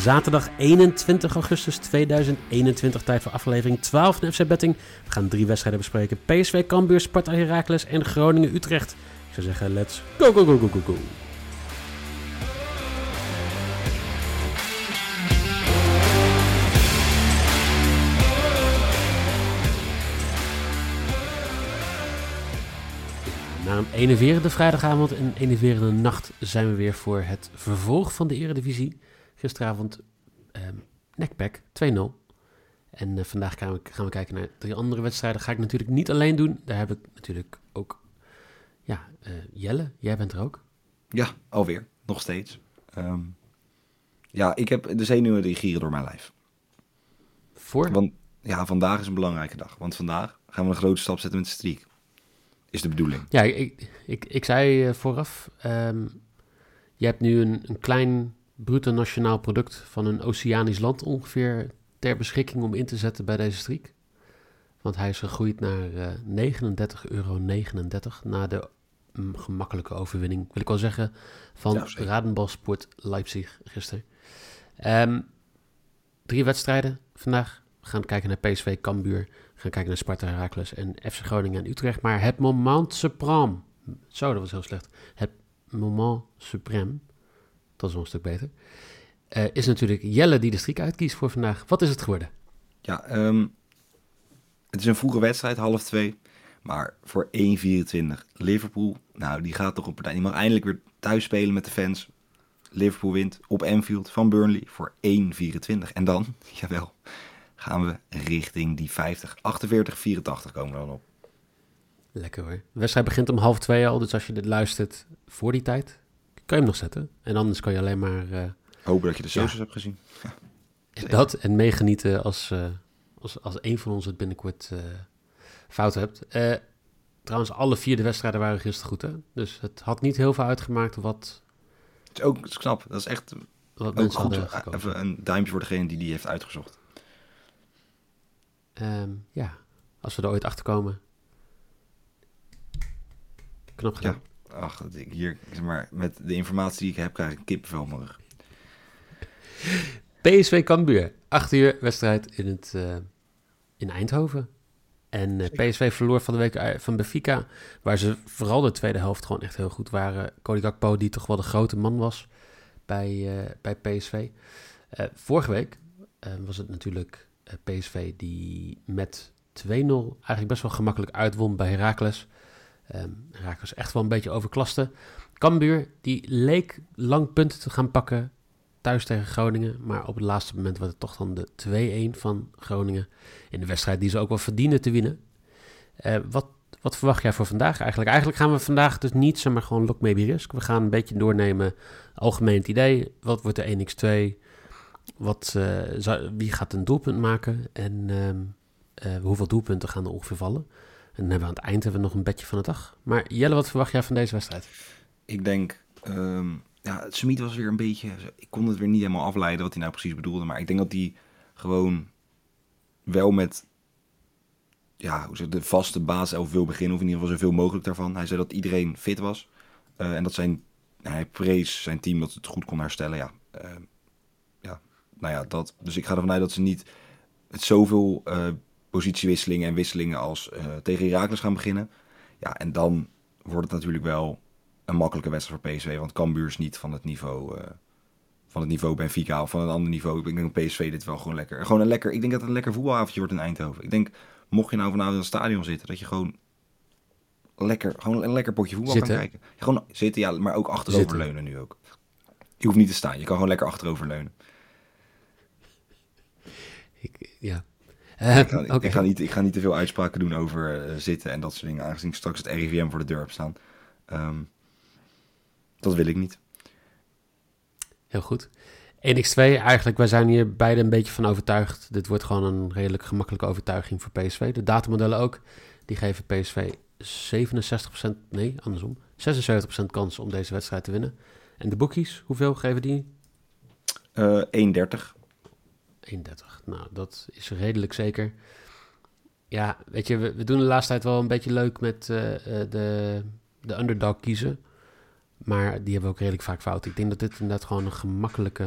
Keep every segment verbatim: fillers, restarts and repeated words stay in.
zaterdag eenentwintig augustus tweeduizend eenentwintig. Tijd voor aflevering twaalf van F C Betting. We gaan drie wedstrijden bespreken. P S V, Cambuur, Sparta Heracles en Groningen Utrecht. Ik zou zeggen, let's go, go, go, go, go, go. Na een enerverende vrijdagavond en een enerverende nacht zijn we weer voor het vervolg van de Eredivisie. Gisteravond um, N E C P E C twee nul. En uh, vandaag gaan we, gaan we kijken naar drie andere wedstrijden. Dat ga ik natuurlijk niet alleen doen. Daar heb ik natuurlijk ook... Ja, uh, Jelle, jij bent er ook. Ja, alweer. Nog steeds. Um, ja, ik heb de zenuwen die gieren door mijn lijf. Voor? Want ja, vandaag is een belangrijke dag. Want vandaag gaan we een grote stap zetten met de streak. Is de bedoeling. Ja, ik, ik, ik zei uh, vooraf... Um, je hebt nu een, een klein bruto nationaal product van een oceanisch land ongeveer ter beschikking om in te zetten bij deze streak. Want hij is gegroeid naar uh, negenendertig euro negenendertig na de um, gemakkelijke overwinning, wil ik wel zeggen, van ja, Radenballsport Leipzig gisteren. Um, drie wedstrijden vandaag. We gaan kijken naar P S V, Cambuur. We gaan kijken naar Sparta, Heracles en F C Groningen en Utrecht. Maar het moment suprême, zo, dat was heel slecht. Het moment suprême, dat is wel een stuk beter, uh, is natuurlijk Jelle die de streak uitkiest voor vandaag. Wat is het geworden? Ja, um, het is een vroege wedstrijd, half twee. Maar voor één vierentwintig. Liverpool, nou, die gaat toch op partij. Die mag eindelijk weer thuis spelen met de fans. Liverpool wint op Anfield van Burnley voor één vierentwintig. En dan, jawel, gaan we richting die vijftig. achtenveertig vierentachtig komen we dan op. Lekker hoor. De wedstrijd begint om half twee al. Dus als je dit luistert voor die tijd, kan je hem nog zetten. En anders kan je alleen maar... Uh, hopen dat je de socials ja. hebt gezien. Ja, dat en meegenieten als, uh, als, als een van ons het binnenkort uh, fout hebt. Uh, trouwens, alle vier de wedstrijden waren gisteren goed, hè? Dus het had niet heel veel uitgemaakt wat... Het is ook het is knap. Dat is echt wat ook mensen goed. hadden gekozen. Even een duimpje voor degene die die heeft uitgezocht. Um, ja, als we er ooit achter komen. Knap gedaan. Ja, ach, ik hier, zeg maar, met de informatie die ik heb, krijg ik kippenvel op mijn rug. P S V Cambuur, acht uur wedstrijd in, het, uh, in Eindhoven. En uh, P S V verloor van de week van Benfica, waar ze vooral de tweede helft gewoon echt heel goed waren. Cody Gakpo, die toch wel de grote man was bij, uh, bij P S V. Uh, vorige week uh, was het natuurlijk uh, P S V die met twee nul eigenlijk best wel gemakkelijk uitwon bij Heracles. Um, Heracles echt wel een beetje overklaste. Cambuur, die leek lang punten te gaan pakken thuis tegen Groningen, maar op het laatste moment was het toch dan de twee-een van Groningen in de wedstrijd die ze ook wel verdienen te winnen. Uh, wat, wat verwacht jij voor vandaag eigenlijk? Eigenlijk gaan we vandaag dus niet zomaar gewoon lock maybe risk. We gaan een beetje doornemen, algemeen het idee. Wat wordt de één op twee? Wat, uh, zou, wie gaat een doelpunt maken? En um, uh, hoeveel doelpunten gaan er ongeveer vallen? En dan hebben we aan het eind hebben we nog een bedje van de dag. Maar Jelle, wat verwacht jij van deze wedstrijd? Ik denk... Um... Ja, Smit was weer een beetje... Ik kon het weer niet helemaal afleiden wat hij nou precies bedoelde. Maar ik denk dat hij gewoon wel met... Ja, hoe zeg, de vaste basiself wil beginnen. Of in ieder geval zoveel mogelijk daarvan. Hij zei dat iedereen fit was. Uh, en dat zijn... Nou, hij prees zijn team dat het goed kon herstellen. Ja, uh, ja, nou ja, dat. Dus ik ga ervan uit dat ze niet met zoveel uh, positiewisselingen en wisselingen als uh, tegen Heracles gaan beginnen. Ja, en dan wordt het natuurlijk wel... een makkelijke wedstrijd voor P S V, want Cambuur is niet van het niveau uh, van het niveau Benfica of van een ander niveau. Ik denk dat P S V dit wel gewoon lekker. Gewoon een lekker. Ik denk dat het een lekker voetbalavondje wordt in Eindhoven. Ik denk, mocht je nou vanavond in het stadion zitten, dat je gewoon lekker, gewoon een lekker potje voetbal zitten. kan kijken. Je gewoon zitten, ja, maar ook achteroverleunen nu ook. Je hoeft niet te staan, je kan gewoon lekker achteroverleunen. Ik, ja. Uh, ik, ga, okay. ik, ga niet, ik ga niet te veel uitspraken doen over uh, zitten en dat soort dingen, aangezien straks het R I V M voor de deur heb staan. Um, Dat wil ik niet. Heel goed. één op twee, eigenlijk, wij zijn hier beide een beetje van overtuigd. Dit wordt gewoon een redelijk gemakkelijke overtuiging voor P S V. De datamodellen ook, die geven P S V zevenenzestig procent, nee, andersom, zesenzeventig procent kans om deze wedstrijd te winnen. En de bookies, hoeveel geven die? Uh, één dertig. één dertig, nou, dat is redelijk zeker. Ja, weet je, we, we doen de laatste tijd wel een beetje leuk met uh, de, de underdog kiezen. Maar die hebben we ook redelijk vaak fout. Ik denk dat dit inderdaad gewoon een gemakkelijke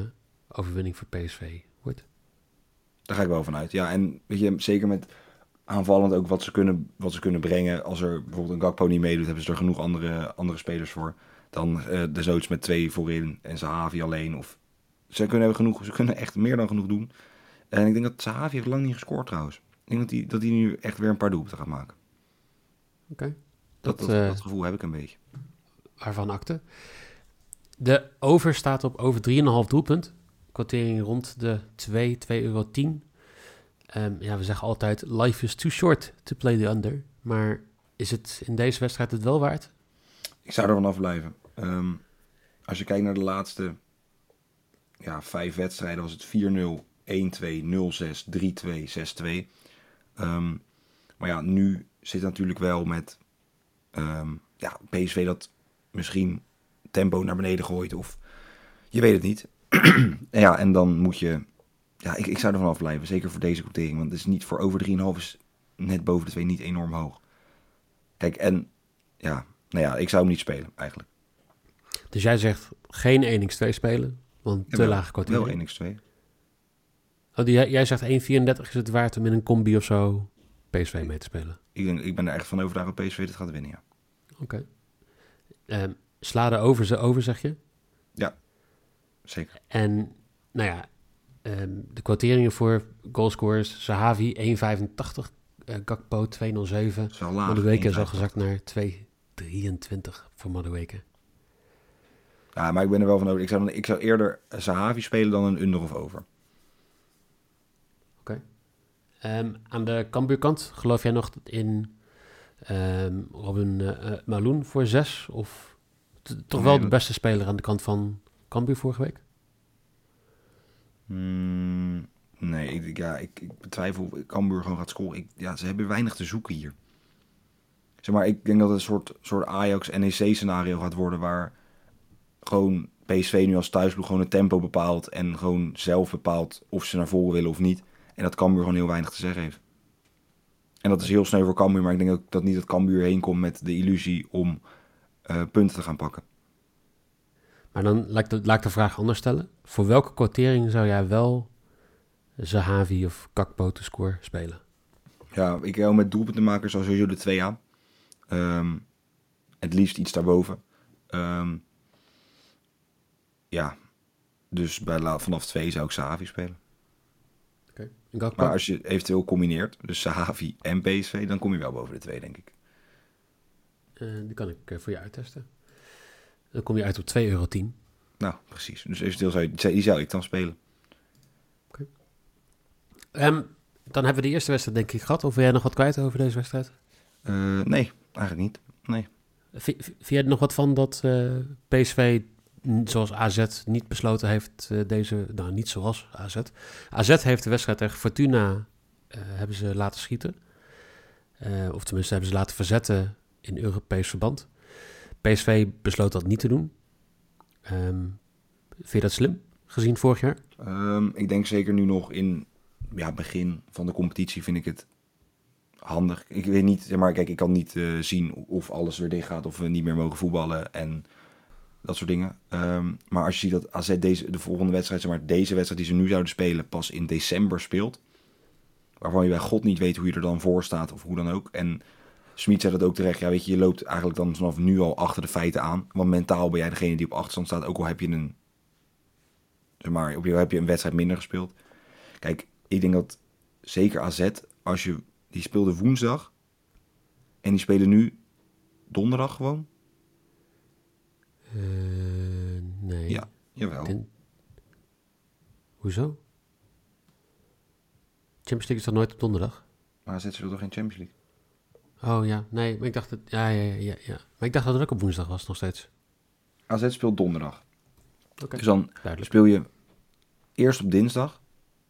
overwinning voor P S V wordt. Daar ga ik wel van uit. Ja, en weet je, zeker met aanvallend ook wat ze kunnen, wat ze kunnen brengen. Als er bijvoorbeeld een Gakpo niet meedoet, hebben ze er genoeg andere, andere spelers voor. Dan uh, de Zoots met twee voorin en Zahavi alleen. Of, ze, kunnen hebben genoeg, ze kunnen echt meer dan genoeg doen. En ik denk dat Zahavi heeft lang niet gescoord trouwens. Ik denk dat hij, dat hij nu echt weer een paar doelpunten gaat maken. Oké. Okay. Dat, dat, dat, uh, dat gevoel heb ik een beetje. Waarvan akte. De over staat op over drie komma vijf doelpunt. Quotering rond de twee, twee euro tien. Um, ja, we zeggen altijd, life is too short to play the under. Maar is het in deze wedstrijd het wel waard? Ik zou er vanaf blijven. Um, als je kijkt naar de laatste ja, vijf wedstrijden, was het vier nul, één twee, nul zes, drie twee, zes twee. Um, maar ja, nu zit het natuurlijk wel met um, ja, P S V dat misschien tempo naar beneden gooit. Of je weet het niet. Ja, en dan moet je... Ja, ik, ik zou er vanaf blijven. Zeker voor deze quotering. Want het is niet voor over drie komma vijf is net boven de twee niet enorm hoog. Kijk, en ja, nou ja, ik zou hem niet spelen eigenlijk. Dus jij zegt geen één x twee spelen, want te ja, wel, lage quotering. Wel één x twee. Oh, die, jij zegt één vierendertig is het waard om in een combi of zo P S V mee te spelen? Ik, denk, ik ben er echt van overtuigd dat P S V dit gaat winnen, ja. Oké. Okay. Um, sla de over ze over, zeg je? Ja, zeker. En, nou ja, um, de quoteringen voor goalscorers, Zahavi één vijfentachtig, uh, Gakpo twee nul zeven. Madueke is al gezakt naar twee drieëntwintig voor Madueke. Ja, maar ik ben er wel van over. Ik zou, ik zou eerder Zahavi spelen dan een under of over. Oké. Okay. Um, aan de Cambuurkant, geloof jij nog in um, Robin uh, Malone voor zes? Of t- toch nee, wel de beste speler aan de kant van Cambuur vorige week? Mm, nee, ik, ja, ik, ik betwijfel of Cambuur gewoon gaat scoren. Ik, ja, ze hebben weinig te zoeken hier. Zeg maar, ik denk dat het een soort, soort Ajax-N E C-scenario gaat worden waar gewoon P S V nu als thuisploeg gewoon het tempo bepaalt en gewoon zelf bepaalt of ze naar voren willen of niet. En dat Cambuur gewoon heel weinig te zeggen heeft. En dat is heel sneu voor Cambuur, maar ik denk ook dat niet dat Cambuur heen komt met de illusie om uh, punten te gaan pakken. Maar dan laat ik, de, laat ik de vraag anders stellen. Voor welke quotering zou jij wel Zahavi of Gakpo te score spelen? Ja, ik hou met doelpuntenmakers al sowieso de twee aan. Um, het liefst iets daarboven. Um, ja, dus bij, vanaf twee zou ik Zahavi spelen. Okay. Maar als je eventueel combineert, dus Zahavi en P S V, dan kom je wel boven de twee, denk ik. Uh, die kan ik uh, voor je uittesten. Dan kom je uit op twee euro tien. Nou, precies. Dus eventueel zou je, die zou ik dan spelen. Oké. Okay. Um, dan hebben we de eerste wedstrijd denk ik gehad. Of wil jij nog wat kwijt over deze wedstrijd? Uh, nee, eigenlijk niet. Nee. V- v- vind jij er nog wat van dat uh, P S V, zoals A Z, niet besloten heeft uh, deze... Nou, niet zoals A Z. A Z heeft de wedstrijd tegen Fortuna uh, hebben ze laten schieten. Uh, of tenminste hebben ze laten verzetten in Europees verband. P S V besloot dat niet te doen. Um, vind je dat slim, gezien vorig jaar? Um, ik denk zeker nu nog in ja, begin van de competitie vind ik het handig. Ik weet niet, zeg maar, kijk, ik kan niet uh, zien of alles weer dicht gaat, of we niet meer mogen voetballen en dat soort dingen. Um, maar als je ziet dat A Z deze, de volgende wedstrijd, zeg maar, deze wedstrijd die ze nu zouden spelen, pas in december speelt, waarvan je bij God niet weet hoe je er dan voor staat of hoe dan ook. En Smit zei dat ook terecht. Ja, weet je, je loopt eigenlijk dan vanaf nu al achter de feiten aan. Want mentaal ben jij degene die op achterstand staat. Ook al heb je een, zeg maar, op je heb je een wedstrijd minder gespeeld. Kijk, ik denk dat zeker A Z, als je, die speelde woensdag. En die spelen nu donderdag gewoon. Uh, nee. Ja, jawel. Den... Hoezo? Champions League is toch nooit op donderdag? Maar A Z speelt toch geen Champions League? Oh ja, nee, maar ik dacht dat, ja, ja, ja, ja. Maar ik dacht dat het ook op woensdag was nog steeds. A Z speelt donderdag. Okay. Dus dan Duidelijk. Speel je eerst op dinsdag.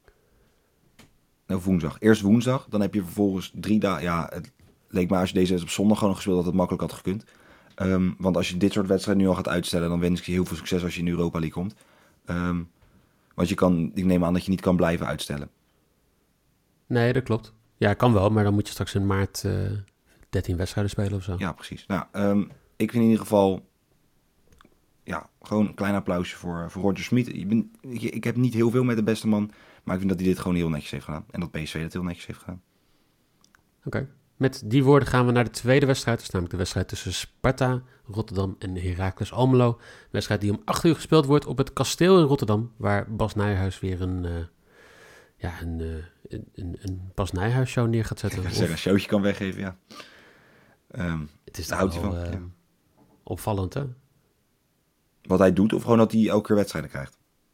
Nou, woensdag. Eerst woensdag. Dan heb je vervolgens drie dagen. Ja, het leek me als je deze op zondag gewoon gespeeld dat het makkelijk had gekund. Um, want als je dit soort wedstrijden nu al gaat uitstellen, dan wens ik je heel veel succes als je in de Europa League komt. Um, want je kan, ik neem aan dat je niet kan blijven uitstellen. Nee, dat klopt. Ja, kan wel, maar dan moet je straks in maart uh, dertien wedstrijden spelen of zo. Ja, precies. Nou, um, ik vind in ieder geval, ja, gewoon een klein applausje voor, voor Roger Smit. Ik, ben, ik, ik heb niet heel veel met de beste man, maar ik vind dat hij dit gewoon heel netjes heeft gedaan. En dat P S V dat heel netjes heeft gedaan. Oké. Okay. Met die woorden gaan we naar de tweede wedstrijd. Dat is namelijk de wedstrijd tussen Sparta, Rotterdam en Heracles Almelo. Een wedstrijd die om acht uur gespeeld wordt op het Kasteel in Rotterdam, waar Bas Nijhuis weer een, uh, ja, een, uh, een, een, een Bas Nijhuis show neer gaat zetten. Ik zeg, een showtje kan weggeven, ja. Um, het is daar houdt hij van. Uh, ja. Opvallend, hè? Wat hij doet, of gewoon dat hij elke keer wedstrijden krijgt?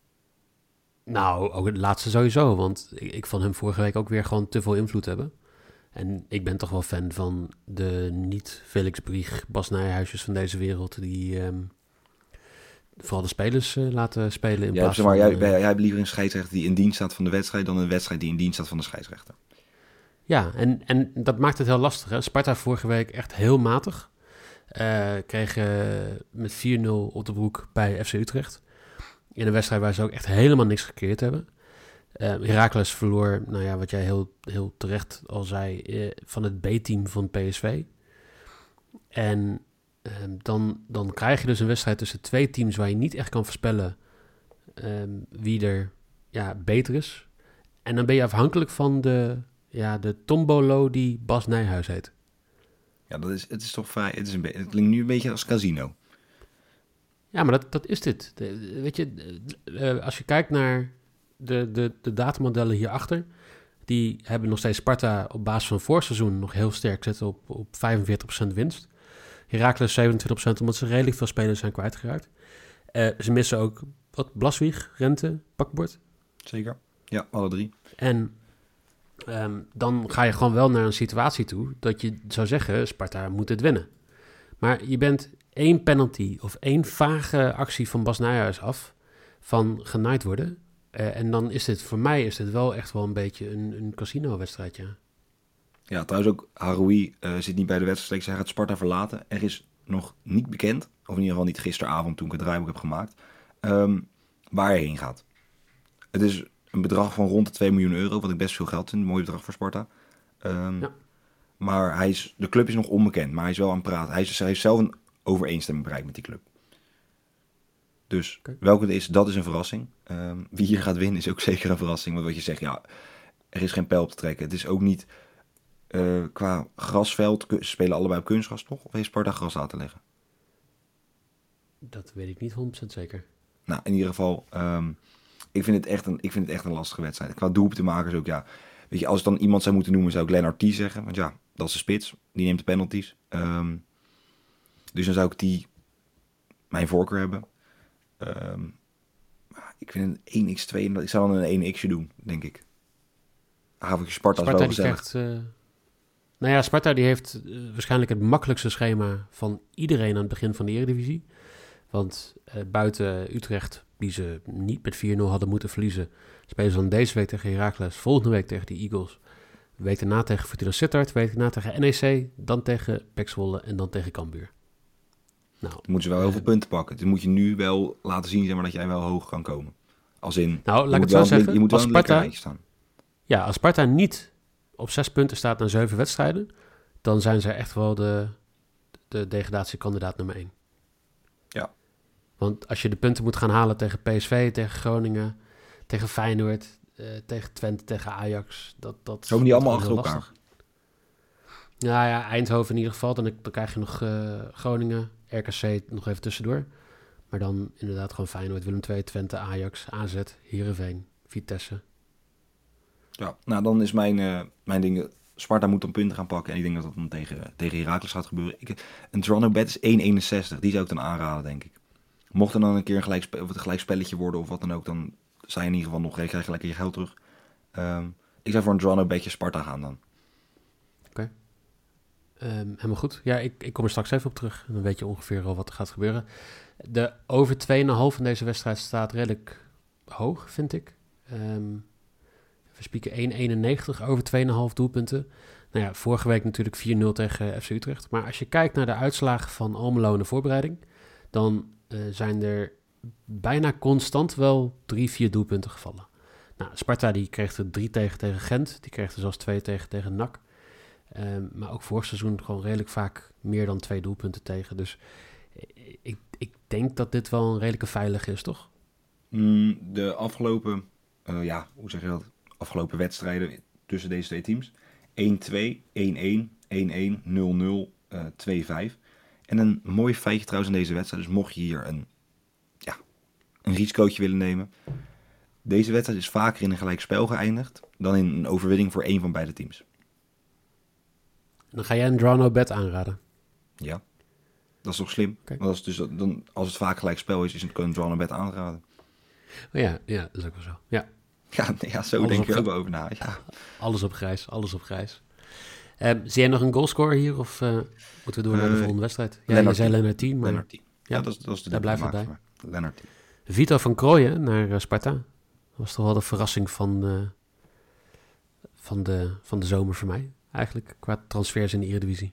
Nou, ook het laatste sowieso, want ik, ik vond hem vorige week ook weer gewoon te veel invloed hebben. En ik ben toch wel fan van de niet-Felix Brieg, Bas Nijhuisjes van deze wereld, die um, vooral de spelers uh, laten spelen in ja, plaats zeg maar, van... Jij, uh, jij hebt liever een scheidsrechter die in dienst staat van de wedstrijd dan een wedstrijd die in dienst staat van de scheidsrechter. Ja, en, en dat maakt het heel lastig. Hè? Sparta vorige week echt heel matig. Uh, kreeg uh, met vier nul op de broek bij F C Utrecht. In een wedstrijd waar ze ook echt helemaal niks gekeerd hebben. Uh, Heracles verloor, nou ja, wat jij heel, heel terecht al zei, uh, van het B-team van P S V. En uh, dan, dan krijg je dus een wedstrijd tussen twee teams waar je niet echt kan voorspellen um, wie er ja, beter is. En dan ben je afhankelijk van de, ja, de tombolo die Bas Nijhuis heet. Ja, dat is, het is toch vrij, het, is een be- het klinkt nu een beetje als casino. Ja, maar dat, dat is dit. De, weet je, uh, als je kijkt naar de, de, de datamodellen hierachter, die hebben nog steeds Sparta op basis van voorseizoen nog heel sterk zitten op, op vijfenveertig procent winst. Heracles zevenentwintig procent, omdat ze redelijk veel spelers zijn kwijtgeraakt. Uh, ze missen ook wat Blaswieg, Rente, Pakbord. Zeker, ja, alle drie. En um, dan ga je gewoon wel naar een situatie toe dat je zou zeggen, Sparta moet het winnen. Maar je bent één penalty of één vage actie van Bas Nijhuis af van genaaid worden. Uh, en dan is dit, voor mij is dit wel echt wel een beetje een, een casino-wedstrijd, ja. Ja, trouwens ook, Haroui uh, zit niet bij de wedstrijd. Hij gaat Sparta verlaten. Er is nog niet bekend, of in ieder geval niet gisteravond toen ik het draaiboek heb gemaakt, um, waar hij heen gaat. Het is een bedrag van rond de twee miljoen euro, wat ik best veel geld vind. Een mooi bedrag voor Sparta. Um, ja. Maar hij is, de club is nog onbekend, maar hij is wel aan het praten. Hij, is, hij heeft zelf een overeenstemming bereikt met die club. Dus okay. welke het is, dat is een verrassing. Um, wie hier gaat winnen is ook zeker een verrassing. Want wat je zegt, ja, er is geen pijl op te trekken. Het is ook niet uh, qua grasveld. Ze spelen allebei op kunstgras, toch? Of heeft Sparta gras laten leggen? Dat weet ik niet honderd procent zeker. Nou, in ieder geval, um, ik, vind het echt een, ik vind het echt een lastige wedstrijd. Qua doelpuntenmakers ook, ja. Weet je, als ik dan iemand zou moeten noemen, zou ik Lennart T zeggen. Want ja, dat is de spits. Die neemt de penalties. Um, dus dan zou ik die mijn voorkeur hebben. Um, ik vind een één tegen twee. Ik zou dan een één x'je doen, denk ik. Avondje Sparta, Sparta is wel gezellig. Krijgt, uh, nou ja, Sparta die heeft uh, waarschijnlijk het makkelijkste schema van iedereen aan het begin van de Eredivisie. Want uh, buiten Utrecht, die ze niet met vier nul hadden moeten verliezen, spelen ze dan deze week tegen Heracles, volgende week tegen de Eagles, de week daarna tegen Fortuna Sittard, de week daarna tegen N E C, dan tegen P E C Zwolle en dan tegen Cambuur. Nou, dan moeten ze wel heel uh, veel punten pakken. Dan moet je nu wel laten zien, zeg maar, dat jij wel hoog kan komen. Als in, nou, laat ik het zo zeggen. Je moet wel als een Sparta, lekker staan. Ja, als Sparta niet op zes punten staat na zeven wedstrijden, dan zijn zij echt wel de, de degradatiekandidaat nummer één. Ja. Want als je de punten moet gaan halen tegen P S V, tegen Groningen, tegen Feyenoord, uh, tegen Twente, tegen Ajax, dat dat komen die allemaal achter elkaar? Lastig. Nou ja, Eindhoven in ieder geval. Dan, dan krijg je nog uh, Groningen, R K C nog even tussendoor. Maar dan inderdaad gewoon Feyenoord, Willem twee, Twente, Ajax, A Z, Heerenveen, Vitesse. Ja, nou dan is mijn, uh, mijn ding, Sparta moet dan punten gaan pakken. En ik denk dat dat dan tegen, tegen Heracles gaat gebeuren. Ik, een Toronto bet is één komma eenenzestig. Die zou ik dan aanraden, denk ik. Mocht er dan een keer een gelijk, of het een gelijk spelletje worden of wat dan ook, dan sta je in ieder geval nog, krijg je lekker je geld terug. Um, ik zou voor een Toronto bedje Sparta gaan dan. Oké. Okay. Um, helemaal goed. Ja, ik, ik kom er straks even op terug. En dan weet je ongeveer al wat er gaat gebeuren. De over twee komma vijf van deze wedstrijd staat redelijk hoog, vind ik. Um, we spieken één komma eenennegentig over twee komma vijf doelpunten. Nou ja, vorige week natuurlijk vier nul tegen F C Utrecht. Maar als je kijkt naar de uitslagen van Almelo in de voorbereiding, dan uh, zijn er bijna constant wel drie, vier doelpunten gevallen. Nou, Sparta die kreeg er drie tegen tegen Gent. Die kreeg er zelfs twee tegen tegen N A C. Um, maar ook vorig seizoen gewoon redelijk vaak meer dan twee doelpunten tegen. Dus Ik, ik denk dat dit wel een redelijke veilige is, toch? Mm, de afgelopen, uh, ja, hoe zeg je dat? Afgelopen wedstrijden tussen deze twee teams. één twee, één-één, één-één, nul-nul, uh, twee-vijf. En een mooi feitje trouwens in deze wedstrijd. Dus mocht je hier een, ja, een risicootje willen nemen. Deze wedstrijd is vaker in een gelijkspel geëindigd dan in een overwinning voor één van beide teams. Dan ga jij een draw no bet aanraden. Ja, dat is toch slim? Okay. Want als het, dus, dan, als het vaak gelijkspel is, is het een draw no bet aanraden. Oh ja, ja, dat is ook wel zo. Ja, ja, ja zo alles denk ik er ook wel over na. Ja. Alles op grijs, alles op grijs. Uh, zie jij nog een goalscorer hier of uh, moeten we door naar de uh, volgende wedstrijd? Ja, je zei Lennart Team. Maar... Lennart Team. Ja, ja, dat is, dat is de daar blijft het bij. Lennart Team. Vito van Krooijen naar uh, Sparta. Dat was toch wel de verrassing van, uh, van, de, van de zomer voor mij. Eigenlijk, qua transfers in de Eredivisie.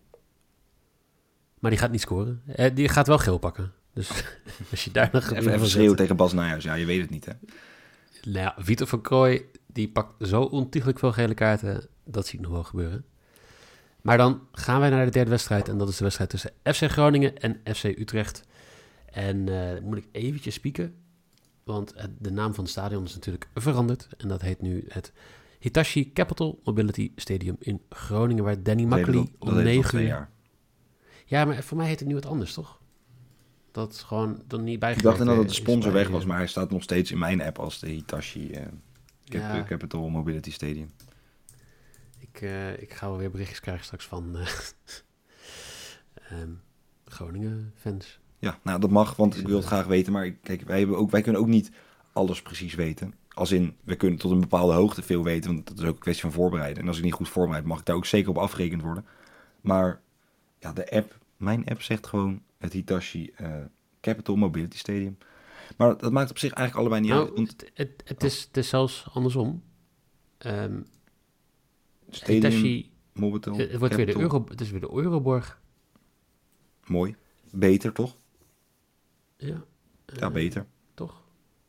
Maar die gaat niet scoren. Uh, die gaat wel geel pakken. Dus als je daar nog... Even, even schreeuwen tegen Bas Nijhuis. Ja, je weet het niet, hè? Nou ja, Vito van Krooij, die pakt zo ontiegelijk veel gele kaarten. Dat zie ik nog wel gebeuren. Maar dan gaan wij naar de derde wedstrijd. En dat is de wedstrijd tussen F C Groningen en F C Utrecht. En uh, moet ik eventjes spieken. Want het, de naam van het stadion is natuurlijk veranderd. En dat heet nu het Hitachi Capital Mobility Stadium in Groningen. Waar Danny Makkely om negen uur... Ja, maar voor mij heet het nu wat anders, toch? Dat is gewoon dan niet bijgewerkt. Ik dacht dat het de sponsor weg was, maar hij staat nog steeds in mijn app als de Hitachi uh, ja. Capital Mobility Stadium. Ik, uh, ik ga wel weer berichtjes krijgen straks van uh, um, Groningen fans. Ja, nou dat mag, want ik wil het graag weten. Maar kijk, wij, hebben ook, wij kunnen ook niet alles precies weten. Als in, we kunnen tot een bepaalde hoogte veel weten, want dat is ook een kwestie van voorbereiden. En als ik niet goed voorbereid, mag ik daar ook zeker op afgerekend worden. Maar ja, de app, mijn app zegt gewoon het Hitachi uh, Capital Mobility Stadium. Maar dat maakt op zich eigenlijk allebei niet nou, uit. Want... Het, het, het, is, het is zelfs andersom. Um, Stadium, Hitachi, Mobitel, het, wordt weer de Euro, het is weer de Euroborg. Mooi. Beter, toch? Ja. Uh, ja, beter. Toch?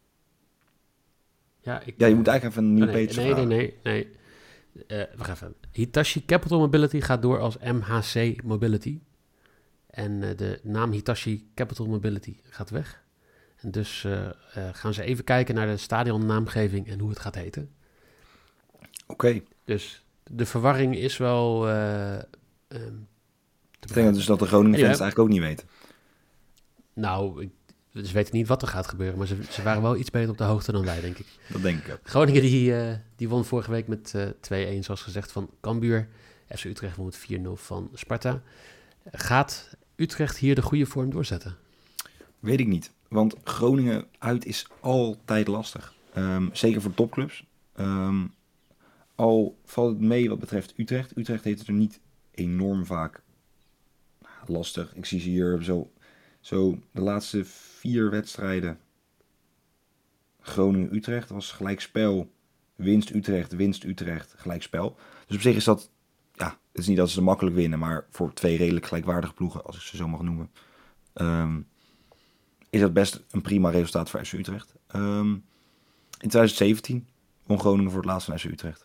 Ja, ik, ja, je moet eigenlijk even een nieuw oh, nee, beter nee, nee, nee, nee. Uh, wacht even. Hitachi Capital Mobility gaat door als M H C Mobility. En uh, de naam Hitachi Capital Mobility gaat weg. En dus uh, uh, gaan ze even kijken naar de stadionnaamgeving en hoe het gaat heten. Oké. Okay. Dus de verwarring is wel... Uh, um, ik denk dus dat de Groningen fans ja, eigenlijk ook niet weten. Nou, ik, ze weten niet wat er gaat gebeuren, maar ze, ze waren wel iets beter op de hoogte dan wij, denk ik. Dat denk ik ook. Groningen die, uh, die won vorige week met uh, twee-een, zoals gezegd, van Cambuur. F C Utrecht won met vier nul van Sparta. Gaat Utrecht hier de goede vorm doorzetten? Weet ik niet, want Groningen uit is altijd lastig. Um, zeker voor topclubs. Um, al valt het mee wat betreft Utrecht. Utrecht heeft het er niet enorm vaak lastig. Ik zie ze hier zo, zo de laatste vier wedstrijden. Groningen-Utrecht was gelijkspel. Winst Utrecht, winst Utrecht, gelijkspel. Dus op zich is dat... Ja, het is niet dat ze makkelijk winnen, maar voor twee redelijk gelijkwaardige ploegen, als ik ze zo mag noemen, um, is dat best een prima resultaat voor F C Utrecht. Um, in twintig zeventien won Groningen voor het laatst van F C Utrecht.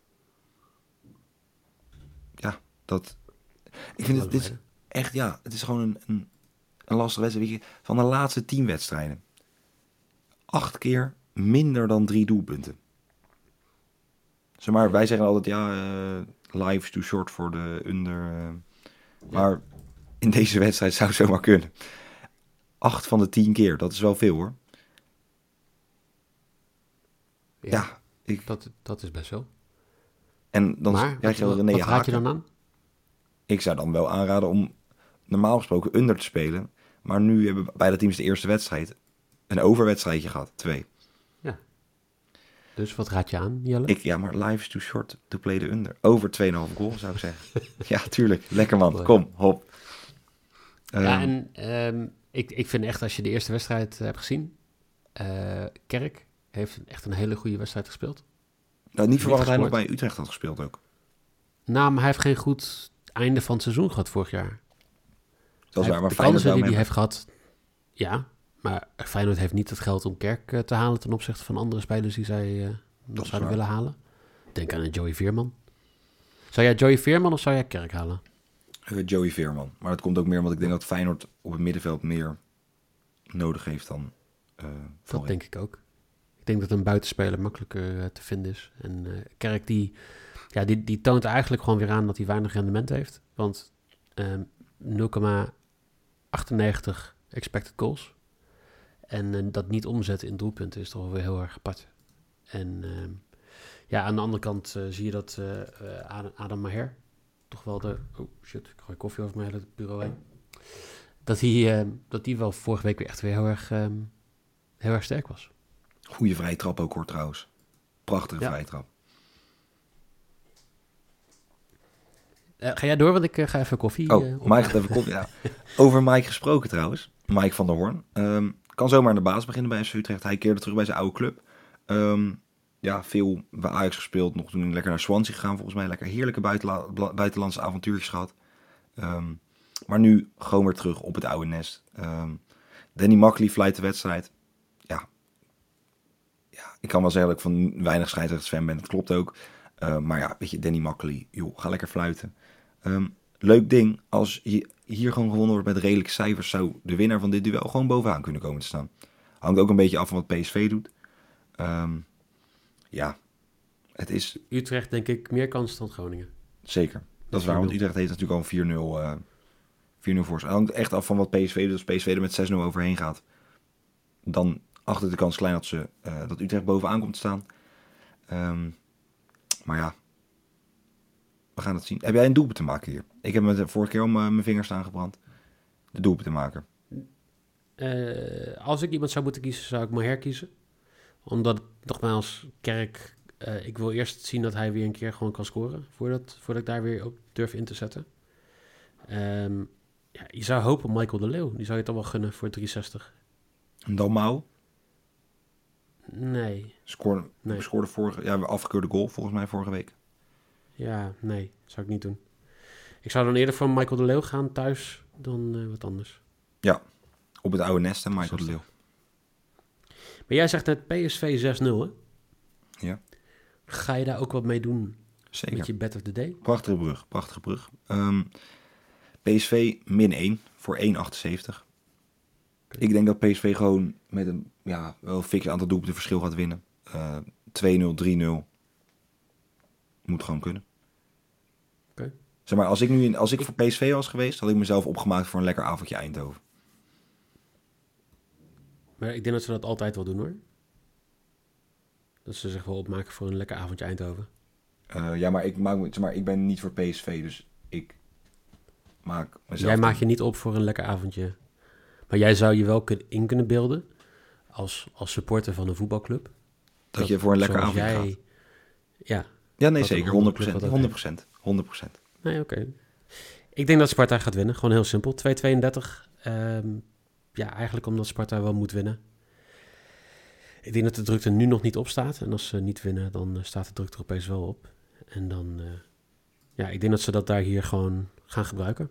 Ja, dat... Ik vind het, dit is echt, ja, het is gewoon een, een, een lastige wedstrijd. Weet je, van de laatste tien wedstrijden, acht keer minder dan drie doelpunten. Zeg maar, wij zeggen altijd, ja, uh, live is too short voor de under. Uh, ja. Maar in deze wedstrijd zou het zomaar kunnen. Acht van de tien keer, dat is wel veel hoor. Ja, ja ik... dat, dat is best wel. En dan maar, krijg je wat, René wat Haken. raad je dan aan? Ik zou dan wel aanraden om normaal gesproken under te spelen. Maar nu hebben beide teams de eerste wedstrijd een overwedstrijdje gehad, twee. Ja. Dus wat raad je aan, Jelle? Ik, ja, maar life is too short to play the under. Over twee komma vijf goal, zou ik zeggen. Ja, tuurlijk. Lekker man. Mooi. Kom, hop. Ja, um, en um, ik, ik vind echt, als je de eerste wedstrijd uh, hebt gezien... Uh, Kerk heeft echt een hele goede wedstrijd gespeeld. Nou, niet verwacht dat hij nog bij Utrecht had gespeeld ook. Nou, maar hij heeft geen goed einde van het seizoen gehad vorig jaar. Dat is waar, maar de kansen die hij heeft gehad... Ja, maar Feyenoord heeft niet het geld om Kerk uh, te halen... ten opzichte van andere spelers die zij uh, nog zouden willen halen. Denk aan een Joey Veerman. Zou jij Joey Veerman of zou jij Kerk halen? Uh, Joey Veerman. Maar dat komt ook meer omdat ik denk dat Feyenoord op het middenveld meer nodig heeft dan uh, Dat denk ik ook. Ik denk dat een buitenspeler makkelijker uh, te vinden is. En uh, Kerk die, ja, die, die toont eigenlijk gewoon weer aan dat hij weinig rendement heeft. Want um, nul komma achtennegentig expected goals. En uh, dat niet omzetten in doelpunten is toch wel weer heel erg apart. En uh, ja, aan de andere kant uh, zie je dat uh, uh, Adam, Adam Maher toch wel de... Oh shit, ik gooi koffie over mijn hele bureau heen. Dat hij, uh, dat hij wel vorige week weer echt weer heel erg, um, heel erg sterk was. Goeie vrije trap ook hoor trouwens. Prachtige ja. vrije trap. Uh, ga jij door, want ik uh, ga even koffie... Oh, uh, Mike gaat even koffie, ja. Over Mike gesproken trouwens. Mike van der Hoorn. Um, kan zomaar aan de baas beginnen bij F C Utrecht. Hij keerde terug bij zijn oude club. Um, ja, veel bij Ajax gespeeld. Nog toen lekker naar Swansea gegaan volgens mij. Lekker heerlijke buitenla- buitenlandse avontuurtjes gehad. Um, maar nu gewoon weer terug op het oude nest. Um, Danny Makkely fluit de wedstrijd. Ja. ja, ik kan wel zeggen dat ik van weinig scheidsrechtersfan ben. Dat klopt ook. Uh, maar ja, weet je, Danny Makkely, joh, ga lekker fluiten. Um, leuk ding, als je hier gewoon gewonnen wordt met redelijke cijfers, zou de winnaar van dit duel gewoon bovenaan kunnen komen te staan. Hangt ook een beetje af van wat P S V doet. Um, ja, het is... Utrecht denk ik meer kans dan Groningen. Zeker, dat is waar, want Utrecht heeft natuurlijk al een vier nul, uh, vier nul voor. Het hangt echt af van wat P S V doet. Als P S V er met zes nul overheen gaat, dan achter de kans klein dat, ze, uh, dat Utrecht bovenaan komt te staan. Um, maar ja, we gaan het zien. Heb jij een doelpunt te maken hier? Ik heb me de vorige keer al mijn vingers aangebrand. De doelpunt te maken. Uh, als ik iemand zou moeten kiezen, zou ik Maher kiezen. Omdat, nogmaals, Kerk... Uh, ik wil eerst zien dat hij weer een keer gewoon kan scoren. Voordat, voordat ik daar weer op durf in te zetten. Um, ja, je zou hopen Michael de Leeuw. Die zou je toch wel gunnen voor driehonderdzestig. En Dalmau? Nee. Scoorde, nee. Scoorde vorige... Ja, we afgekeurde goal volgens mij vorige week. Ja, nee. Zou ik niet doen. Ik zou dan eerder voor Michael de Leeuw gaan thuis dan uh, wat anders. Ja, op het oude nest, hè, Michael de Leeuw. Maar jij zegt net P S V zes nul, hè? Ja. Ga je daar ook wat mee doen? Zeker. Met je bet of the day? Prachtige brug, prachtige brug. Um, P S V min één voor één komma achtenzeventig. Okay. Ik denk dat P S V gewoon met een ja, wel fix aantal doelpunten verschil gaat winnen. Uh, twee nul, drie nul. Moet gewoon kunnen. Oké. Okay. Zeg maar, als ik nu in, als ik voor P S V was geweest, had ik mezelf opgemaakt voor een lekker avondje Eindhoven. Maar ik denk dat ze dat altijd wel doen, hoor. Dat ze zich wel opmaken voor een lekker avondje Eindhoven. Uh, ja, maar ik, maak, zeg maar ik ben niet voor P S V, dus ik maak mezelf... Jij maakt je niet op voor een lekker avondje. Maar jij zou je wel kun, in kunnen beelden, als, als supporter van een voetbalclub. Dat, dat je voor een lekker avondje jij, gaat. Ja. Ja, nee, zeker. honderd procent. honderd procent. honderd procent. Nee, oké. Okay. Ik denk dat Sparta gaat winnen. Gewoon heel simpel. twee tweeëndertig. Um, ja, eigenlijk omdat Sparta wel moet winnen. Ik denk dat de druk er nu nog niet op staat. En als ze niet winnen, dan uh, staat de druk er opeens wel op. En dan, uh, ja, ik denk dat ze dat daar hier gewoon gaan gebruiken.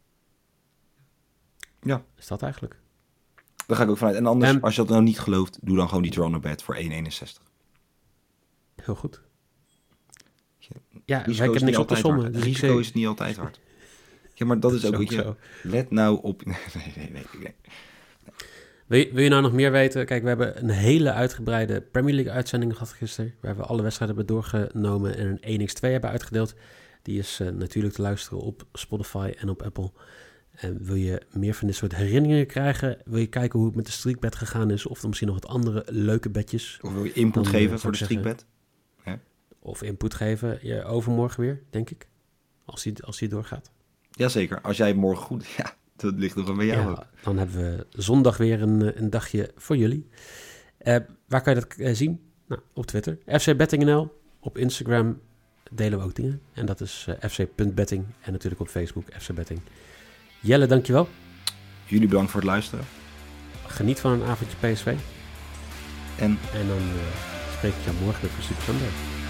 Ja. Is dat eigenlijk? Daar ga ik ook vanuit. En anders, en, als je dat nou niet gelooft, doe dan gewoon die draw no bet voor één komma eenenzestig. Heel goed. Ja, wij kunnen niks op te sommen. Het risico is niet altijd hard. Ja, maar dat is ook... Zo, je, let nou op... Nee, nee, nee. nee, nee. Wil je, wil je nou nog meer weten? Kijk, we hebben een hele uitgebreide Premier League uitzending gehad gisteren. Waar we alle wedstrijden hebben doorgenomen en een één bij twee hebben uitgedeeld. Die is uh, natuurlijk te luisteren op Spotify en op Apple. En wil je meer van dit soort herinneringen krijgen? Wil je kijken hoe het met de streakbet gegaan is? Of er misschien nog wat andere leuke bedjes? Of wil je input dan, geven uh, voor de streakbet? Ja. Of input geven, ja, overmorgen weer, denk ik. Als die, als die doorgaat. Jazeker, als jij morgen goed... Ja, dat ligt nog wel bij jou. Ja, dan hebben we zondag weer een, een dagje voor jullie. Uh, waar kan je dat uh, zien? Nou, op Twitter. F C Betting N L. Op Instagram delen we ook dingen. En dat is uh, f c punt betting. En natuurlijk op Facebook F C Betting. Jelle, dankjewel. Jullie bedankt voor het luisteren. Geniet van een avondje P S V. En, en dan uh, spreek ik jou morgen weer voor Super Sunday.